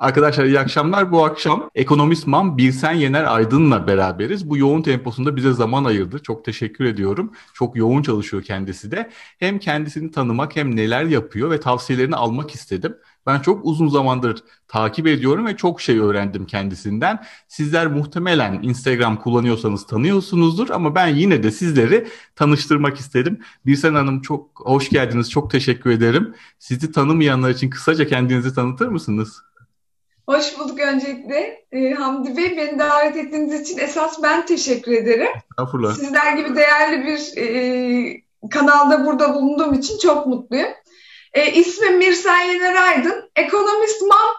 Arkadaşlar iyi akşamlar. Bu akşam ekonomistman Birsen Yener Aydın'la beraberiz. Bu yoğun temposunda bize zaman ayırdı. Çok teşekkür ediyorum. Çok yoğun çalışıyor kendisi de. Hem kendisini tanımak hem neler yapıyor ve tavsiyelerini almak istedim. Ben çok uzun zamandır takip ediyorum ve çok şey öğrendim kendisinden. Sizler muhtemelen Instagram kullanıyorsanız tanıyorsunuzdur ama ben yine de sizleri tanıştırmak istedim. Birsen Hanım çok hoş geldiniz. Çok teşekkür ederim. Sizi tanımayanlar için kısaca kendinizi tanıtır mısınız? Hoş bulduk öncelikle. Hamdi Bey, beni davet ettiğiniz için esas ben teşekkür ederim. Estağfurullah. Sizler gibi değerli bir kanalda burada bulunduğum için çok mutluyum. İsmim Mirsen Yener Aydın. Ekonomistman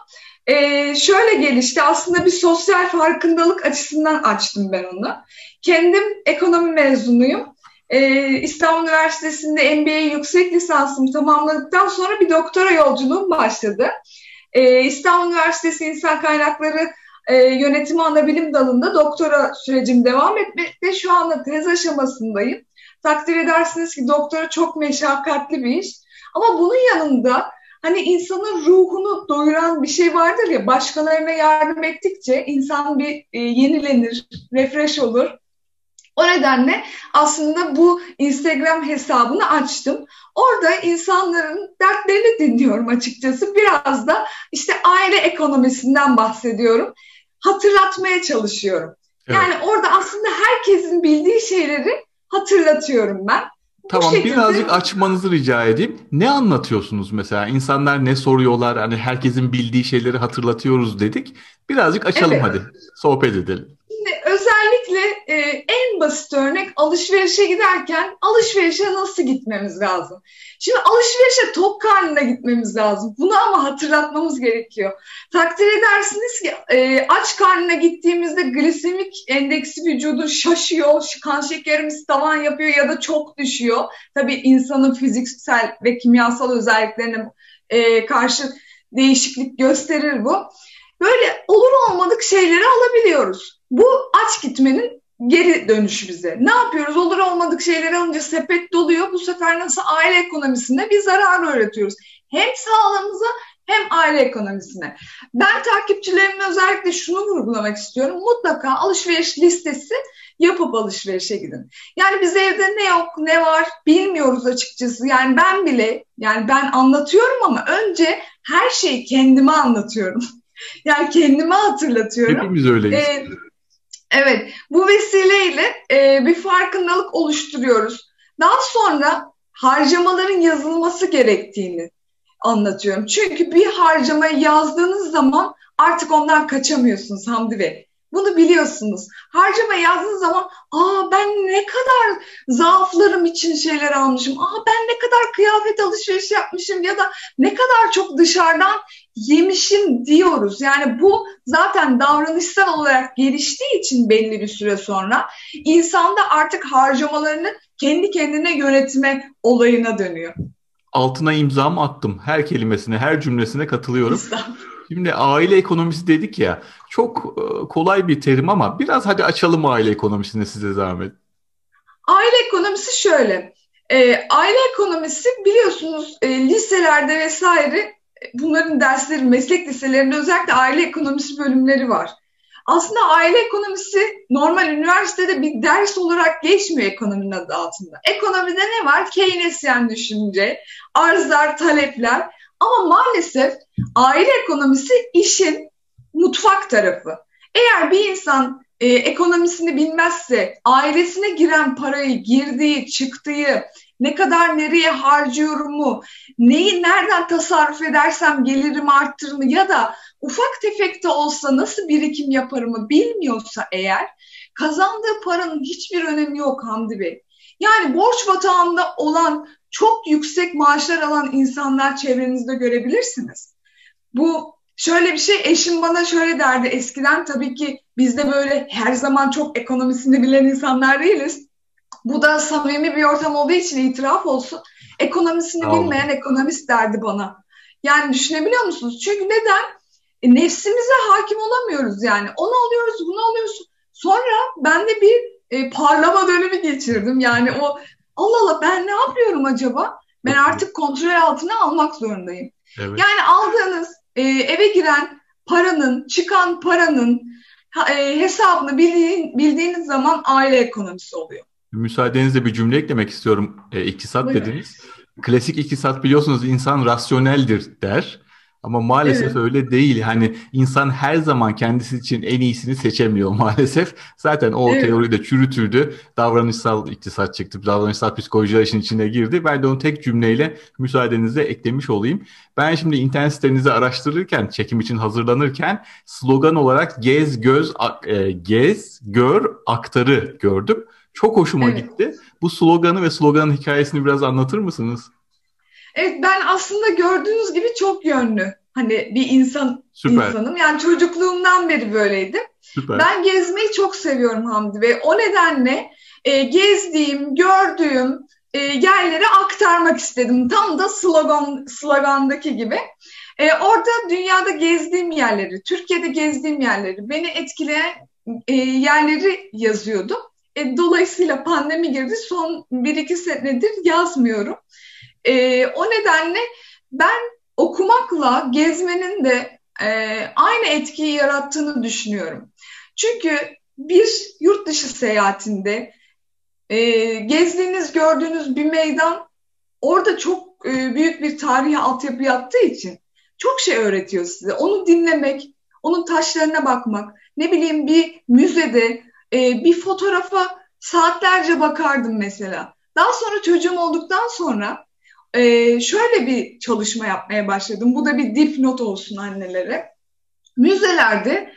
şöyle gelişti. Aslında bir sosyal farkındalık açısından açtım ben onu. Kendim ekonomi mezunuyum. İstanbul Üniversitesi'nde MBA yüksek lisansımı tamamladıktan sonra bir doktora yolculuğum başladı. İstanbul Üniversitesi İnsan Kaynakları Yönetimi Anabilim Dalı'nda doktora sürecim devam etmekte. Şu anda tez aşamasındayım. Takdir edersiniz ki doktora çok meşakkatli bir iş. Ama bunun yanında hani insanın ruhunu doyuran bir şey vardır ya, başkalarına yardım ettikçe insan bir yenilenir, refresh olur. O nedenle aslında bu Instagram hesabını açtım. Orada insanların dertlerini dinliyorum açıkçası. Biraz da işte aile ekonomisinden bahsediyorum. Hatırlatmaya çalışıyorum. Evet. Yani orada aslında herkesin bildiği şeyleri hatırlatıyorum ben. Bu Tamam, birazcık şekilde. açmanızı rica edeyim. Ne anlatıyorsunuz mesela? İnsanlar ne soruyorlar? Hani herkesin bildiği şeyleri hatırlatıyoruz dedik. Birazcık açalım Evet. hadi. Sohbet edelim. Şimdi özellikle en basit örnek, alışverişe giderken alışverişe nasıl gitmemiz lazım? Şimdi alışverişe tok karnına gitmemiz lazım. Bunu ama hatırlatmamız gerekiyor. Takdir edersiniz ki aç karnına gittiğimizde glisemik endeksi vücudun şaşıyor, kan şekerimiz tavan yapıyor ya da çok düşüyor. Tabii insanın fiziksel ve kimyasal özelliklerine karşı değişiklik gösterir bu. Böyle olur olmadık şeyleri alabiliyoruz. Bu aç gitmenin geri dönüşü bize. Ne yapıyoruz? Olur olmadık şeyleri alınca sepet doluyor. Bu sefer nasıl aile ekonomisinde bir zarar öğretiyoruz. Hem sağlığımıza hem aile ekonomisine. Ben takipçilerime özellikle şunu vurgulamak istiyorum. Mutlaka alışveriş listesi yapıp alışverişe gidin. Yani biz evde ne yok ne var bilmiyoruz açıkçası. Yani ben bile, yani ben anlatıyorum ama önce her şeyi kendime anlatıyorum. Yani kendime hatırlatıyorum. Hepimiz öyleyiz. Ee, evet, bu vesileyle bir farkındalık oluşturuyoruz. Daha sonra harcamaların yazılması gerektiğini anlatıyorum. Çünkü bir harcamayı yazdığınız zaman artık ondan kaçamıyorsunuz Hamdi Bey. Bunu biliyorsunuz. Harcama yazdığınız zaman ben ne kadar zaaflarım için şeyler almışım. Ben ne kadar kıyafet alışveriş yapmışım ya da ne kadar çok dışarıdan yemişim diyoruz. Yani bu zaten davranışsal olarak geliştiği için belli bir süre sonra insanda artık harcamalarını kendi kendine yönetme olayına dönüyor. Altına imzamı attım. Her kelimesine, her cümlesine katılıyorum. İnsan. Şimdi aile ekonomisi dedik ya. Çok kolay bir terim ama biraz hadi açalım aile ekonomisini size zahmet. Aile ekonomisi şöyle. Aile ekonomisi biliyorsunuz liselerde vesaire bunların dersleri, meslek liselerinde özellikle aile ekonomisi bölümleri var. Aslında aile ekonomisi normal üniversitede bir ders olarak geçmiyor ekonominin adı altında. Ekonomide ne var? Keynesyen düşünce, arzlar, talepler. Ama maalesef aile ekonomisi işin mutfak tarafı. Eğer bir insan ekonomisini bilmezse, ailesine giren parayı, girdiği, çıktığı, ne kadar nereye harcıyorumu, neyi nereden tasarruf edersem gelirimi arttırır mı ya da ufak tefek de olsa nasıl birikim yaparımı bilmiyorsa eğer kazandığı paranın hiçbir önemi yok Hamdi Bey. Yani borç batağında olan çok yüksek maaşlar alan insanlar çevrenizde görebilirsiniz. Bu şöyle bir şey, eşim bana şöyle derdi eskiden, tabii ki biz de böyle her zaman çok ekonomisini bilen insanlar değiliz. Bu da samimi bir ortam olduğu için itiraf olsun. Ekonomisini Sağ bilmeyen olun. ekonomist derdi bana. Yani düşünebiliyor musunuz? Çünkü neden? Nefsimize hakim olamıyoruz yani. Onu alıyoruz, bunu alıyoruz. Sonra ben de bir parlama dönemi geçirdim. Yani o Allah Allah ben ne yapıyorum acaba? Ben Çok iyi. artık kontrol altına almak zorundayım. Evet. Yani aldığınız eve giren çıkan paranın hesabını bildiğiniz zaman aile ekonomisi oluyor. Müsaadenizle bir cümle eklemek istiyorum. İktisat Buyurun. dediniz. Klasik iktisat biliyorsunuz insan rasyoneldir der. Ama maalesef Evet, öyle değil. Hani insan her zaman kendisi için en iyisini seçemiyor maalesef. Zaten o evet. teori de çürütüldü. Davranışsal iktisat çıktı. Davranışsal psikoloji işin içine girdi. Ben de onu tek cümleyle müsaadenizle eklemiş olayım. Ben şimdi internet sitenizi araştırırken, çekim için hazırlanırken slogan olarak gez, gör, aktarı gördüm. Çok hoşuma Evet. gitti. Bu sloganı ve sloganın hikayesini biraz anlatır mısınız? Evet, ben aslında gördüğünüz gibi çok yönlü. Hani bir Süper, insanım. Yani çocukluğumdan beri böyleydim. süper. Ben gezmeyi çok seviyorum Hamdi Bey. O nedenle gezdiğim, gördüğüm yerlere aktarmak istedim. Tam da slogandaki gibi. Orada dünyada gezdiğim yerleri, Türkiye'de gezdiğim yerleri, beni etkileyen yerleri yazıyordum. Dolayısıyla pandemi girdi. Son 1-2 senedir yazmıyorum. O nedenle ben okumakla gezmenin de aynı etkiyi yarattığını düşünüyorum. Çünkü bir yurt dışı seyahatinde gezdiğiniz, gördüğünüz bir meydan orada çok büyük bir tarihi altyapı yaptığı için çok şey öğretiyor size. Onu dinlemek, onun taşlarına bakmak, ne bileyim bir müzede bir fotoğrafa saatlerce bakardım mesela. Daha sonra çocuğum olduktan sonra şöyle bir çalışma yapmaya başladım. Bu da bir dipnot olsun annelere. Müzelerde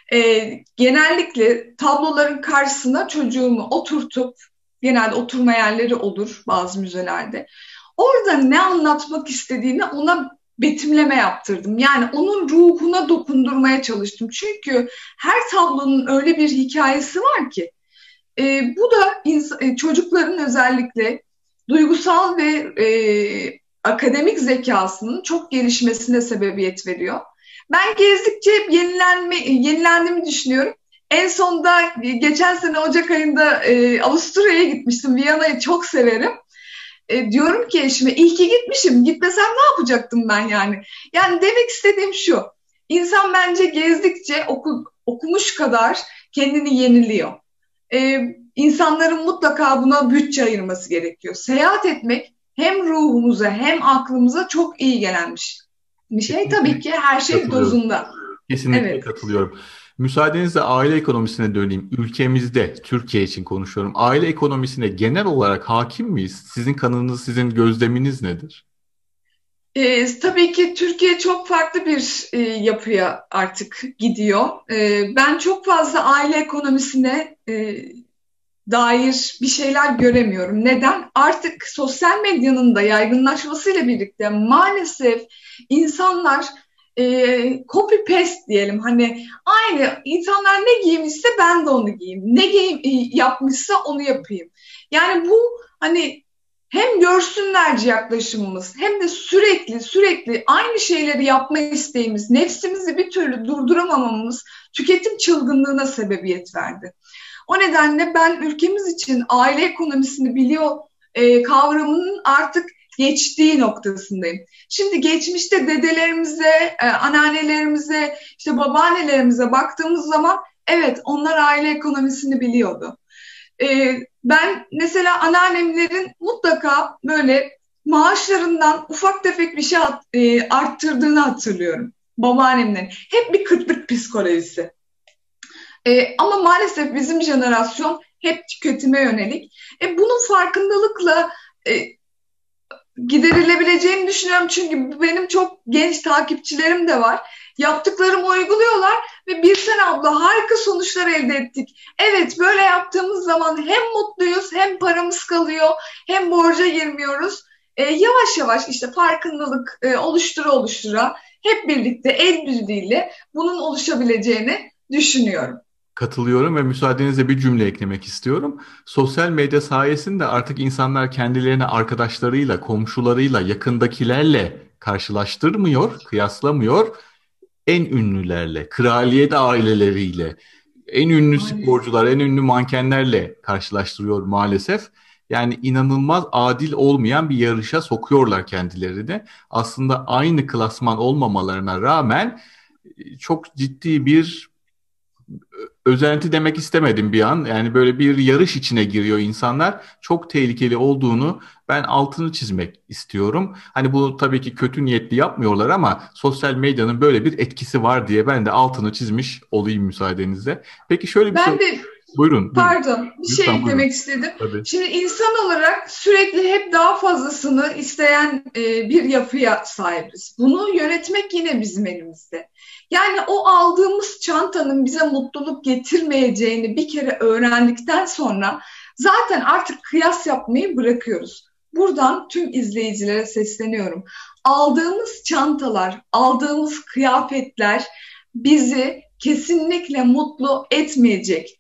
genellikle tabloların karşısına çocuğumu oturtup, genelde oturma yerleri olur bazı müzelerde. Orada ne anlatmak istediğini ona betimleme yaptırdım. Yani onun ruhuna dokundurmaya çalıştım. Çünkü her tablonun öyle bir hikayesi var ki. Bu da çocukların özellikle duygusal ve akademik zekasının çok gelişmesine sebebiyet veriyor. Ben gezdikçe hep yenilendiğimi düşünüyorum. En sonda geçen sene Ocak ayında Avusturya'ya gitmiştim. Viyana'yı çok severim. Diyorum ki eşime iyi ki gitmişim. Gitmesem ne yapacaktım ben yani? Yani demek istediğim şu. İnsan bence gezdikçe okumuş kadar kendini yeniliyor. İnsanların mutlaka buna bütçe ayırması gerekiyor. Seyahat etmek hem ruhumuza hem aklımıza çok iyi gelen bir şey. Tabii Kesinlikle ki her şey katılıyorum. dozunda. Kesinlikle Evet. katılıyorum. Müsaadenizle aile ekonomisine döneyim. Ülkemizde, Türkiye için konuşuyorum. Aile ekonomisine genel olarak hakim miyiz? Sizin kanınız, sizin gözleminiz nedir? Tabii ki Türkiye çok farklı bir yapıya artık gidiyor. Ben çok fazla aile ekonomisine dair bir şeyler göremiyorum. Neden? Artık sosyal medyanın da yaygınlaşmasıyla birlikte maalesef insanlar copy paste diyelim. Hani aynı insanlar ne giymişse ben de onu giyeyim. Yapmışsa onu yapayım. Yani bu hani hem görsünlerce yaklaşımımız hem de sürekli aynı şeyleri yapma isteğimiz, nefsimizi bir türlü durduramamamız tüketim çılgınlığına sebebiyet verdi. O nedenle ben ülkemiz için aile ekonomisini biliyor kavramının artık geçtiği noktasındayım. Şimdi geçmişte dedelerimize, anneannelerimize, işte babaannelerimize baktığımız zaman evet onlar aile ekonomisini biliyordu. Ben mesela anneannemlerin mutlaka böyle maaşlarından ufak tefek bir şey arttırdığını hatırlıyorum. Babaannemlerin. Hep bir kıtlık psikolojisi. Ama maalesef bizim jenerasyon hep tüketime yönelik. Bunun farkındalıkla giderilebileceğini düşünüyorum. Çünkü benim çok genç takipçilerim de var. Yaptıklarımı uyguluyorlar ve Birsen abla harika sonuçlar elde ettik. Evet böyle yaptığımız zaman hem mutluyuz hem paramız kalıyor hem borca girmiyoruz. Yavaş yavaş işte farkındalık oluştura hep birlikte el birliğiyle bunun oluşabileceğini düşünüyorum. Katılıyorum ve müsaadenizle bir cümle eklemek istiyorum. Sosyal medya sayesinde artık insanlar kendilerini arkadaşlarıyla, komşularıyla, yakındakilerle karşılaştırmıyor, kıyaslamıyor. En ünlülerle, kraliyet aileleriyle, en ünlü Maalesef. sporcular, en ünlü mankenlerle karşılaştırıyor maalesef. Yani inanılmaz adil olmayan bir yarışa sokuyorlar kendilerini. Aslında aynı klasman olmamalarına rağmen çok ciddi bir özenti demek istemedim bir an. Yani böyle bir yarış içine giriyor insanlar. Çok tehlikeli olduğunu ben altını çizmek istiyorum. Hani bu tabii ki kötü niyetli yapmıyorlar ama sosyal medyanın böyle bir etkisi var diye ben de altını çizmiş olayım müsaadenizle. Peki şöyle bir soru. Ben de Buyurun, buyurun. Pardon, bir şey Lütfen buyurun. eklemek istedim. Tabii. Şimdi insan olarak sürekli hep daha fazlasını isteyen bir yapıya sahibiz. Bunu yönetmek yine bizim elimizde. Yani o aldığımız çantanın bize mutluluk getirmeyeceğini bir kere öğrendikten sonra zaten artık kıyas yapmayı bırakıyoruz. Buradan tüm izleyicilere sesleniyorum. Aldığımız çantalar, aldığımız kıyafetler bizi kesinlikle mutlu etmeyecek.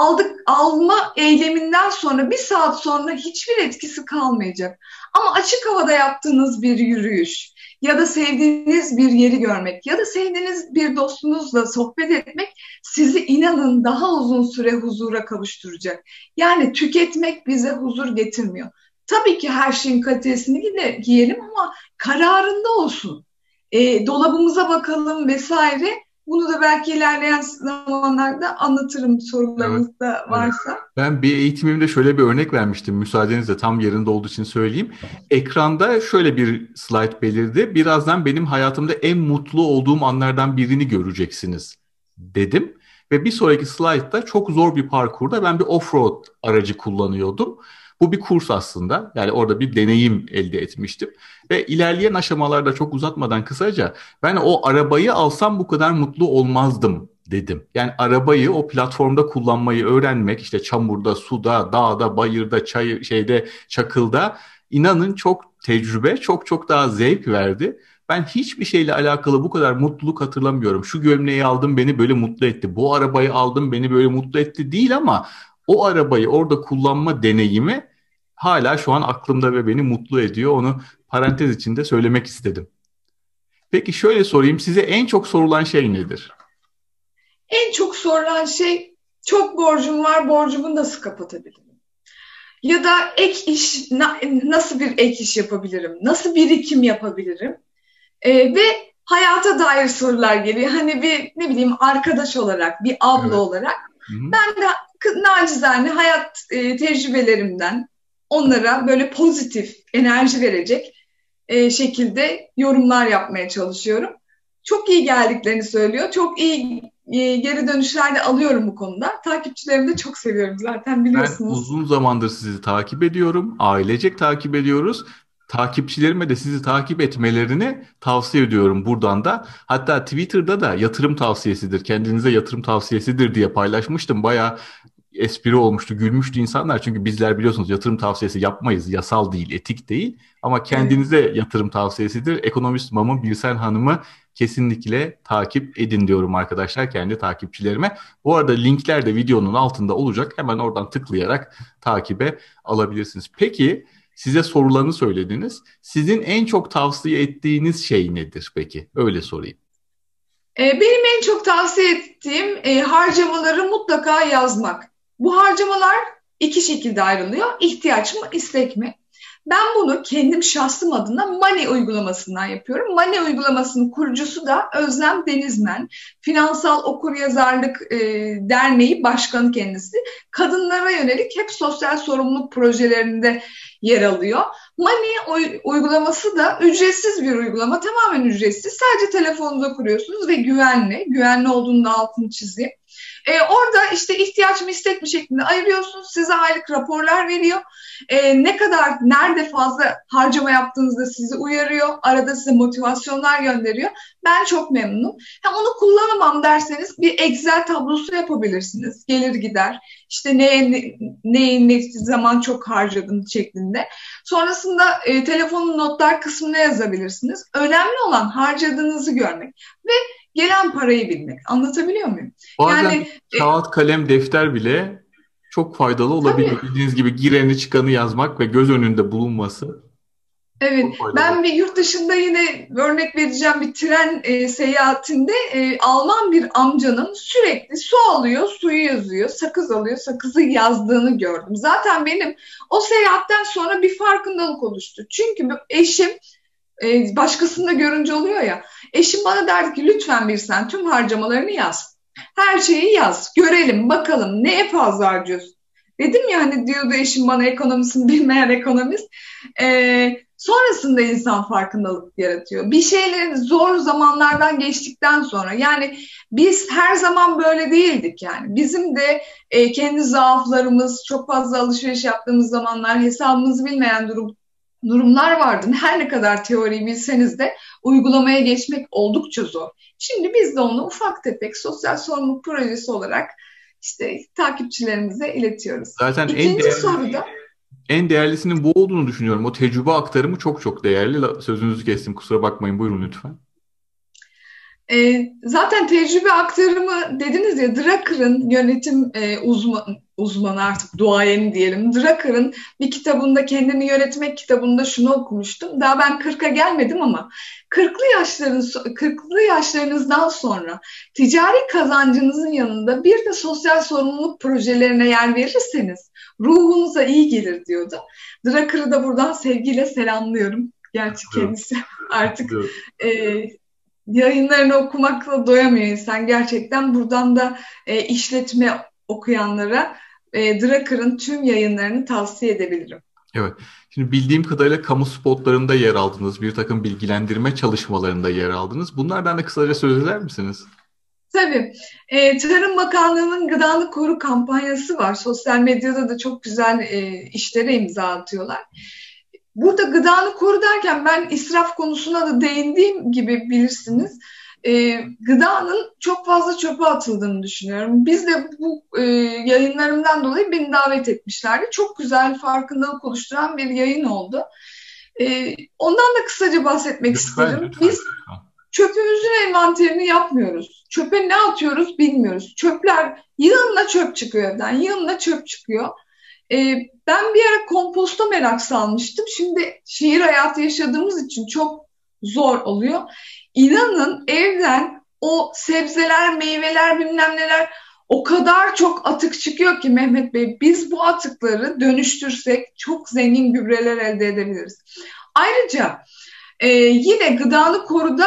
Alma eyleminden sonra bir saat sonra hiçbir etkisi kalmayacak. Ama açık havada yaptığınız bir yürüyüş ya da sevdiğiniz bir yeri görmek ya da sevdiğiniz bir dostunuzla sohbet etmek sizi inanın daha uzun süre huzura kavuşturacak. Yani tüketmek bize huzur getirmiyor. Tabii ki her şeyin kalitesini giyelim ama kararında olsun. Dolabımıza bakalım vesaire. Bunu da belki ilerleyen zamanlarda anlatırım sorularınız da varsa. Evet. Ben bir eğitimimde şöyle bir örnek vermiştim. Müsaadenizle tam yerinde olduğu için söyleyeyim. Ekranda şöyle bir slide belirdi. Birazdan benim hayatımda en mutlu olduğum anlardan birini göreceksiniz dedim. Ve bir sonraki slide'da çok zor bir parkurda ben bir off-road aracı kullanıyordum. Bu bir kurs aslında. Yani orada bir deneyim elde etmiştim. Ve ilerleyen aşamalarda çok uzatmadan kısaca ben o arabayı alsam bu kadar mutlu olmazdım dedim. Yani arabayı o platformda kullanmayı öğrenmek işte çamurda, suda, dağda, bayırda, çakılda inanın çok tecrübe, çok çok daha zevk verdi. Ben hiçbir şeyle alakalı bu kadar mutluluk hatırlamıyorum. Şu gömleği aldım beni böyle mutlu etti. Bu arabayı aldım beni böyle mutlu etti değil ama o arabayı orada kullanma deneyimi hala şu an aklımda ve beni mutlu ediyor. Onu parantez içinde söylemek istedim. Peki şöyle sorayım, size en çok sorulan şey nedir? En çok sorulan şey çok borcum var, borcumu nasıl kapatabilirim? Ya da ek iş, nasıl bir ek iş yapabilirim? Nasıl birikim yapabilirim? Ve hayata dair sorular geliyor. Hani bir ne bileyim arkadaş olarak, bir abla olarak. Hı-hı. Ben de nacizane hayat tecrübelerimden onlara böyle pozitif enerji verecek şekilde yorumlar yapmaya çalışıyorum. Çok iyi geldiklerini söylüyor. Çok iyi geri dönüşler de alıyorum bu konuda. Takipçilerimi de çok seviyorum zaten biliyorsunuz. Ben uzun zamandır sizi takip ediyorum. Ailecek takip ediyoruz. Takipçilerime de sizi takip etmelerini tavsiye ediyorum buradan da. Hatta Twitter'da da yatırım tavsiyesidir, kendinize yatırım tavsiyesidir diye paylaşmıştım. Bayağı espri olmuştu, gülmüştü insanlar. Çünkü bizler biliyorsunuz yatırım tavsiyesi yapmayız. Yasal değil, etik değil. Ama kendinize yatırım tavsiyesidir. Ekonomist Mam'ın Birsen Hanım'ı kesinlikle takip edin diyorum arkadaşlar kendi takipçilerime. Bu arada linkler de videonun altında olacak. Hemen oradan tıklayarak takibe alabilirsiniz. Peki size sorularını söylediniz. Sizin en çok tavsiye ettiğiniz şey nedir peki? Öyle sorayım. Benim en çok tavsiye ettiğim harcamaları mutlaka yazmak. Bu harcamalar iki şekilde ayrılıyor. İhtiyaç mı, istek mi? Ben bunu kendim şahsım adına Money uygulamasından yapıyorum. Money uygulamasının kurucusu da Özlem Denizmen. Finansal Okuryazarlık Derneği Başkanı kendisi. Kadınlara yönelik hep sosyal sorumluluk projelerinde yer alıyor. Money uygulaması da ücretsiz bir uygulama. Tamamen ücretsiz. Sadece telefonunuza kuruyorsunuz ve güvenli. Güvenli olduğunu da altını çizeyim. Orada işte ihtiyaç mı istek mi şeklinde ayırıyorsunuz. Size aylık raporlar veriyor. Ne kadar, nerede fazla harcama yaptığınızda sizi uyarıyor. Arada size motivasyonlar gönderiyor. Ben çok memnunum. Onu kullanamam derseniz bir Excel tablosu yapabilirsiniz. Gelir gider. İşte ne zaman çok harcadım şeklinde. Sonrasında telefonun notlar kısmına yazabilirsiniz. Önemli olan harcadığınızı görmek ve gelen parayı bilmek. Anlatabiliyor muyum? Bazen kağıt, kalem, defter bile çok faydalı olabilir. Tabii. Bildiğiniz gibi gireni çıkanı yazmak ve göz önünde bulunması. Evet. Ben bir yurt dışında yine örnek vereceğim bir tren seyahatinde Alman bir amcanın sürekli su alıyor, suyu yazıyor, sakız alıyor, sakızı yazdığını gördüm. Zaten benim o seyahatten sonra bir farkındalık oluştu. Çünkü eşim başkasını da görünce oluyor ya. Eşim bana derdi ki lütfen bir sen tüm harcamalarını yaz. Her şeyi yaz. Görelim, bakalım neye fazla harcıyorsun. Dedim ya hani diyordu eşim bana ekonomisini bilmeyen ekonomist. Sonrasında insan farkındalık yaratıyor. Bir şeylerin zor zamanlardan geçtikten sonra yani biz her zaman böyle değildik yani. Bizim de kendi zaaflarımız, çok fazla alışveriş yaptığımız zamanlar hesabımızı bilmeyen durumlar vardı. Her ne kadar teoriyi bilseniz de uygulamaya geçmek oldukça zor. Şimdi biz de onu ufak tefek sosyal sorumluluk projesi olarak işte takipçilerimize iletiyoruz. Zaten İkinci soruda en değerlisinin bu olduğunu düşünüyorum. O tecrübe aktarımı çok çok değerli. Sözünüzü kestim, kusura bakmayın, buyurun lütfen. Zaten tecrübe aktarımı dediniz ya, Drucker'ın yönetim uzmanı artık duayeni diyelim. Drucker'ın bir kitabında, Kendini Yönetmek kitabında şunu okumuştum. Daha ben 40'a gelmedim ama 40'lı yaşlarınızdan sonra ticari kazancınızın yanında bir de sosyal sorumluluk projelerine yer verirseniz ruhunuza iyi gelir diyordu. Drucker'ı da buradan sevgiyle selamlıyorum. Gerçi kendisi artık yayınlarını okumakla doyamıyor insan. Gerçekten buradan da işletme okuyanlara Drucker'ın tüm yayınlarını tavsiye edebilirim. Evet. Şimdi bildiğim kadarıyla kamu spotlarında yer aldınız. Bir takım bilgilendirme çalışmalarında yer aldınız. Bunlardan da kısaca söz eder misiniz? Tabii. Tarım Bakanlığı'nın Gıdanı Koru kampanyası var. Sosyal medyada da çok güzel işlere imza atıyorlar. Burada gıdanı koru derken ben israf konusuna da değindiğim gibi bilirsiniz. Gıdanın çok fazla çöpe atıldığını düşünüyorum. Biz de bu yayınlarımdan dolayı beni davet etmişlerdi. Çok güzel farkındalık oluşturan bir yayın oldu. Ondan da kısaca bahsetmek isterim. Lütfen. Biz çöpümüzün envanterini yapmıyoruz. Çöpe ne atıyoruz bilmiyoruz. Çöpler yığınla çöp çıkıyor evden, yığınla çöp çıkıyor. Ben bir ara komposta merak salmıştım. Şimdi şehir hayatı yaşadığımız için çok zor oluyor. İnanın evden o sebzeler, meyveler, bilmem neler o kadar çok atık çıkıyor ki Mehmet Bey. Biz bu atıkları dönüştürsek çok zengin gübreler elde edebiliriz. Ayrıca yine gıdanı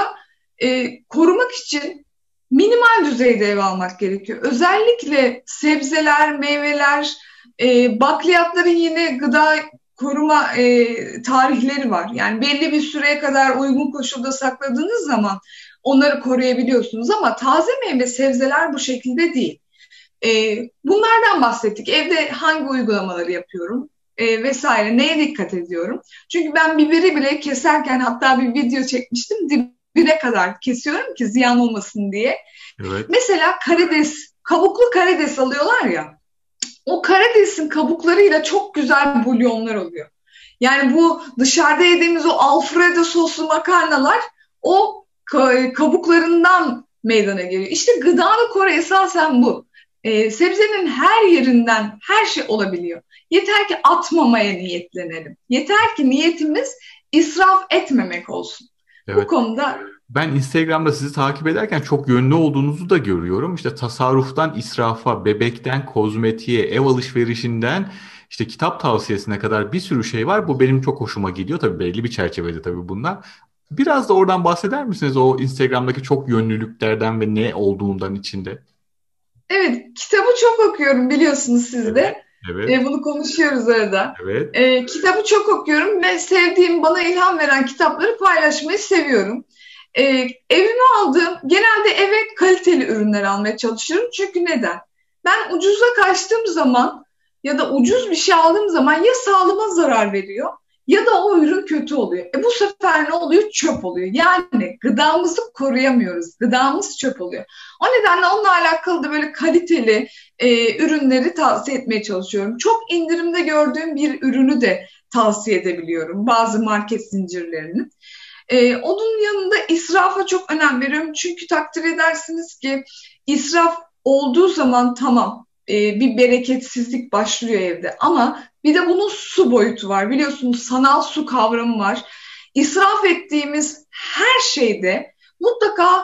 korumak için minimal düzeyde ev almak gerekiyor. Özellikle sebzeler, meyveler, bakliyatların yine gıda koruma tarihleri var. Yani belli bir süreye kadar uygun koşulda sakladığınız zaman onları koruyabiliyorsunuz ama taze meyve sebzeler bu şekilde değil. Bunlardan bahsettik. Evde hangi uygulamaları yapıyorum vesaire, neye dikkat ediyorum? Çünkü ben biberi bile keserken hatta bir video çekmiştim. Dibine kadar kesiyorum ki ziyan olmasın diye. Evet. Mesela kabuklu karides alıyorlar ya. O karidesin kabuklarıyla çok güzel bulyonlar oluyor. Yani bu dışarıda yediğimiz o Alfredo soslu makarnalar o kabuklarından meydana geliyor. İşte gıdanı koru esasen bu. Sebzenin her yerinden her şey olabiliyor. Yeter ki atmamaya niyetlenelim. Yeter ki niyetimiz israf etmemek olsun. Evet. Bu konuda ben Instagram'da sizi takip ederken çok yönlü olduğunuzu da görüyorum. İşte tasarruftan israfa, bebekten kozmetiğe, ev alışverişinden işte kitap tavsiyesine kadar bir sürü şey var. Bu benim çok hoşuma gidiyor. Tabii belli bir çerçevede tabii bunlar. Biraz da oradan bahseder misiniz o Instagram'daki çok yönlülüklerden ve ne olduğundan içinde? Evet, kitabı çok okuyorum biliyorsunuz siz de. Evet. Bunu konuşuyoruz arada. Evet. Kitabı çok okuyorum ve sevdiğim, bana ilham veren kitapları paylaşmayı seviyorum. Evime aldığım, genelde eve kaliteli ürünler almaya çalışıyorum. Çünkü neden? Ben ucuza kaçtığım zaman ya da ucuz bir şey aldığım zaman ya sağlığıma zarar veriyor ya da o ürün kötü oluyor. Bu sefer ne oluyor? Çöp oluyor. Yani gıdamızı koruyamıyoruz. Gıdamız çöp oluyor. O nedenle onunla alakalı da böyle kaliteli ürünleri tavsiye etmeye çalışıyorum. Çok indirimde gördüğüm bir ürünü de tavsiye edebiliyorum. Bazı market zincirlerini. Onun yanında israfa çok önem veriyorum. Çünkü takdir edersiniz ki israf olduğu zaman tamam bir bereketsizlik başlıyor evde. Ama bir de bunun su boyutu var. Biliyorsunuz sanal su kavramı var. İsraf ettiğimiz her şeyde mutlaka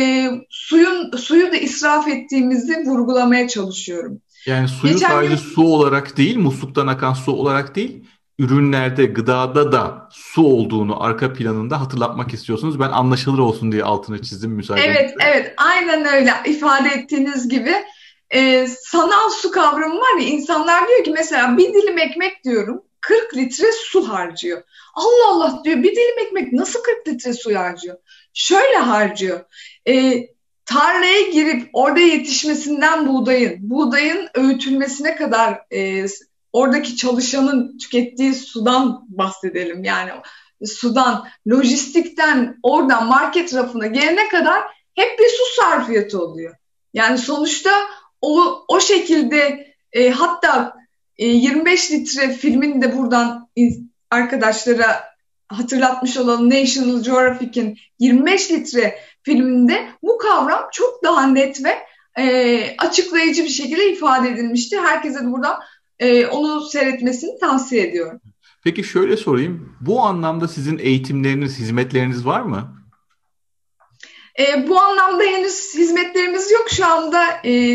suyu da israf ettiğimizi vurgulamaya çalışıyorum. Yani suyu sadece su olarak değil, musluktan akan su olarak değil, ürünlerde, gıdada da su olduğunu arka planında hatırlatmak istiyorsunuz. Ben anlaşılır olsun diye altını çizdim Evet, müsaadenizle. evet, aynen öyle ifade ettiğiniz gibi. Sanal su kavramı var ya, insanlar diyor ki mesela bir dilim ekmek diyorum 40 litre su harcıyor. Allah Allah diyor, bir dilim ekmek nasıl 40 litre su harcıyor? Şöyle harcıyor. Ee, Tarlaya girip orada yetişmesinden buğdayın öğütülmesine kadar oradaki çalışanın tükettiği sudan bahsedelim. Yani sudan, lojistikten, oradan market rafına gelene kadar hep bir su sarfiyatı oluyor. Yani sonuçta o şekilde hatta 25 litre filmin de buradan arkadaşlara hatırlatmış olalım. National Geographic'in 25 litre filminde bu kavram çok daha net ve açıklayıcı bir şekilde ifade edilmişti. Herkese de buradan onu seyretmesini tavsiye ediyorum. Peki şöyle sorayım. Bu anlamda sizin eğitimleriniz, hizmetleriniz var mı? Bu anlamda henüz hizmetlerimiz yok. Şu anda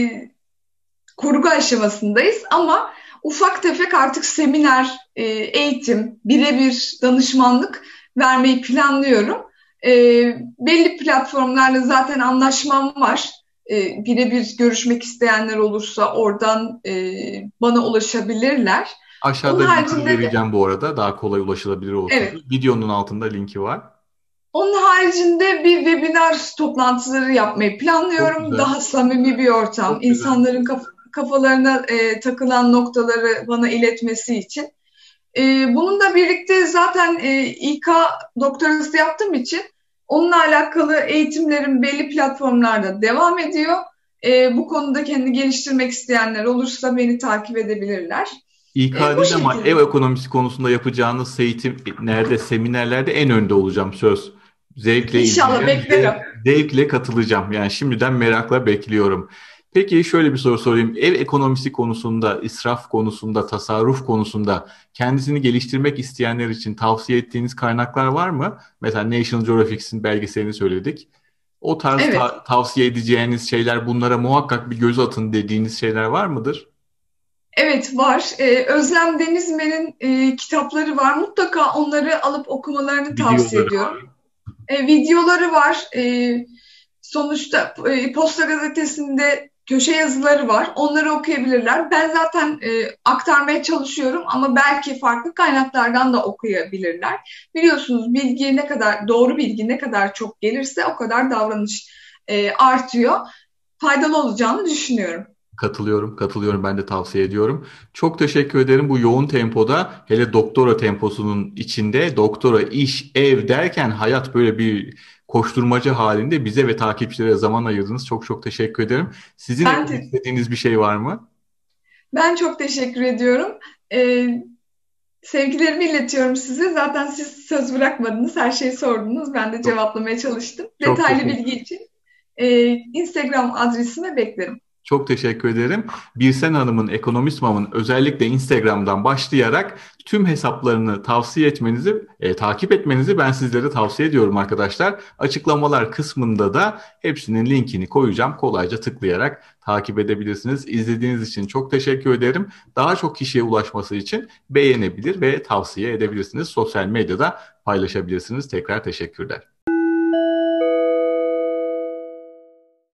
kurgu aşamasındayız ama ufak tefek artık seminer, eğitim, birebir danışmanlık vermeyi planlıyorum. E, Belli platformlarla zaten anlaşmam var. Birebir görüşmek isteyenler olursa oradan bana ulaşabilirler. Onun Aşağıda linkini haricinde de vereceğim bu arada. Daha kolay ulaşılabilir olsun evet. diye. Videonun altında linki var. Onun haricinde bir webinar toplantıları yapmayı Çok planlıyorum. güzel. Daha samimi bir ortam, Çok güzel. insanların kafalarına takılan noktaları bana iletmesi için. Bununla birlikte zaten İK doktorası yaptığım için onunla alakalı eğitimlerim belli platformlarda devam ediyor. Bu konuda kendini geliştirmek isteyenler olursa beni takip edebilirler. İK Bu değil ama ev şekilde. ekonomisi konusunda yapacağınız eğitimlerde, seminerlerde en önde olacağım söz. Zevkle İnşallah izleyeceğim, beklerim. zevkle katılacağım. Yani şimdiden merakla bekliyorum. Peki şöyle bir soru sorayım. Ev ekonomisi konusunda, israf konusunda, tasarruf konusunda kendisini geliştirmek isteyenler için tavsiye ettiğiniz kaynaklar var mı? Mesela National Geographic'in belgeselini söyledik. O tarz Evet. tavsiye edeceğiniz şeyler, bunlara muhakkak bir göz atın dediğiniz şeyler var mıdır? Evet var. Özlem Denizmen'in kitapları var. Mutlaka onları alıp okumalarını tavsiye Videoları. ediyorum. Videoları var. Sonuçta Posta Gazetesi'nde köşe yazıları var. Onları okuyabilirler. Ben zaten aktarmaya çalışıyorum ama belki farklı kaynaklardan da okuyabilirler. Biliyorsunuz bilgi ne kadar doğru bilgi ne kadar çok gelirse o kadar davranış artıyor. Faydalı olacağını düşünüyorum. Katılıyorum, katılıyorum. Ben de tavsiye ediyorum. Çok teşekkür ederim bu yoğun tempoda, hele doktora temposunun içinde doktora, iş, ev derken hayat böyle bir koşturmaca halinde bize ve takipçilere zaman ayırdınız. Çok çok teşekkür ederim. Sizin Ben eklemek de istediğiniz bir şey var mı? Ben çok teşekkür ediyorum. Sevgilerimi iletiyorum size. Zaten siz söz bırakmadınız, her şeyi sordunuz. Ben de Çok cevaplamaya çalıştım. çok Detaylı teşekkür bilgi için Instagram adresime beklerim. Çok teşekkür ederim. Birsen Hanım'ın, Ekonomist Mam'ın özellikle Instagram'dan başlayarak tüm hesaplarını tavsiye etmenizi, takip etmenizi ben sizlere tavsiye ediyorum arkadaşlar. Açıklamalar kısmında da hepsinin linkini koyacağım. Kolayca tıklayarak takip edebilirsiniz. İzlediğiniz için çok teşekkür ederim. Daha çok kişiye ulaşması için beğenebilir ve tavsiye edebilirsiniz. Sosyal medyada paylaşabilirsiniz. Tekrar teşekkürler.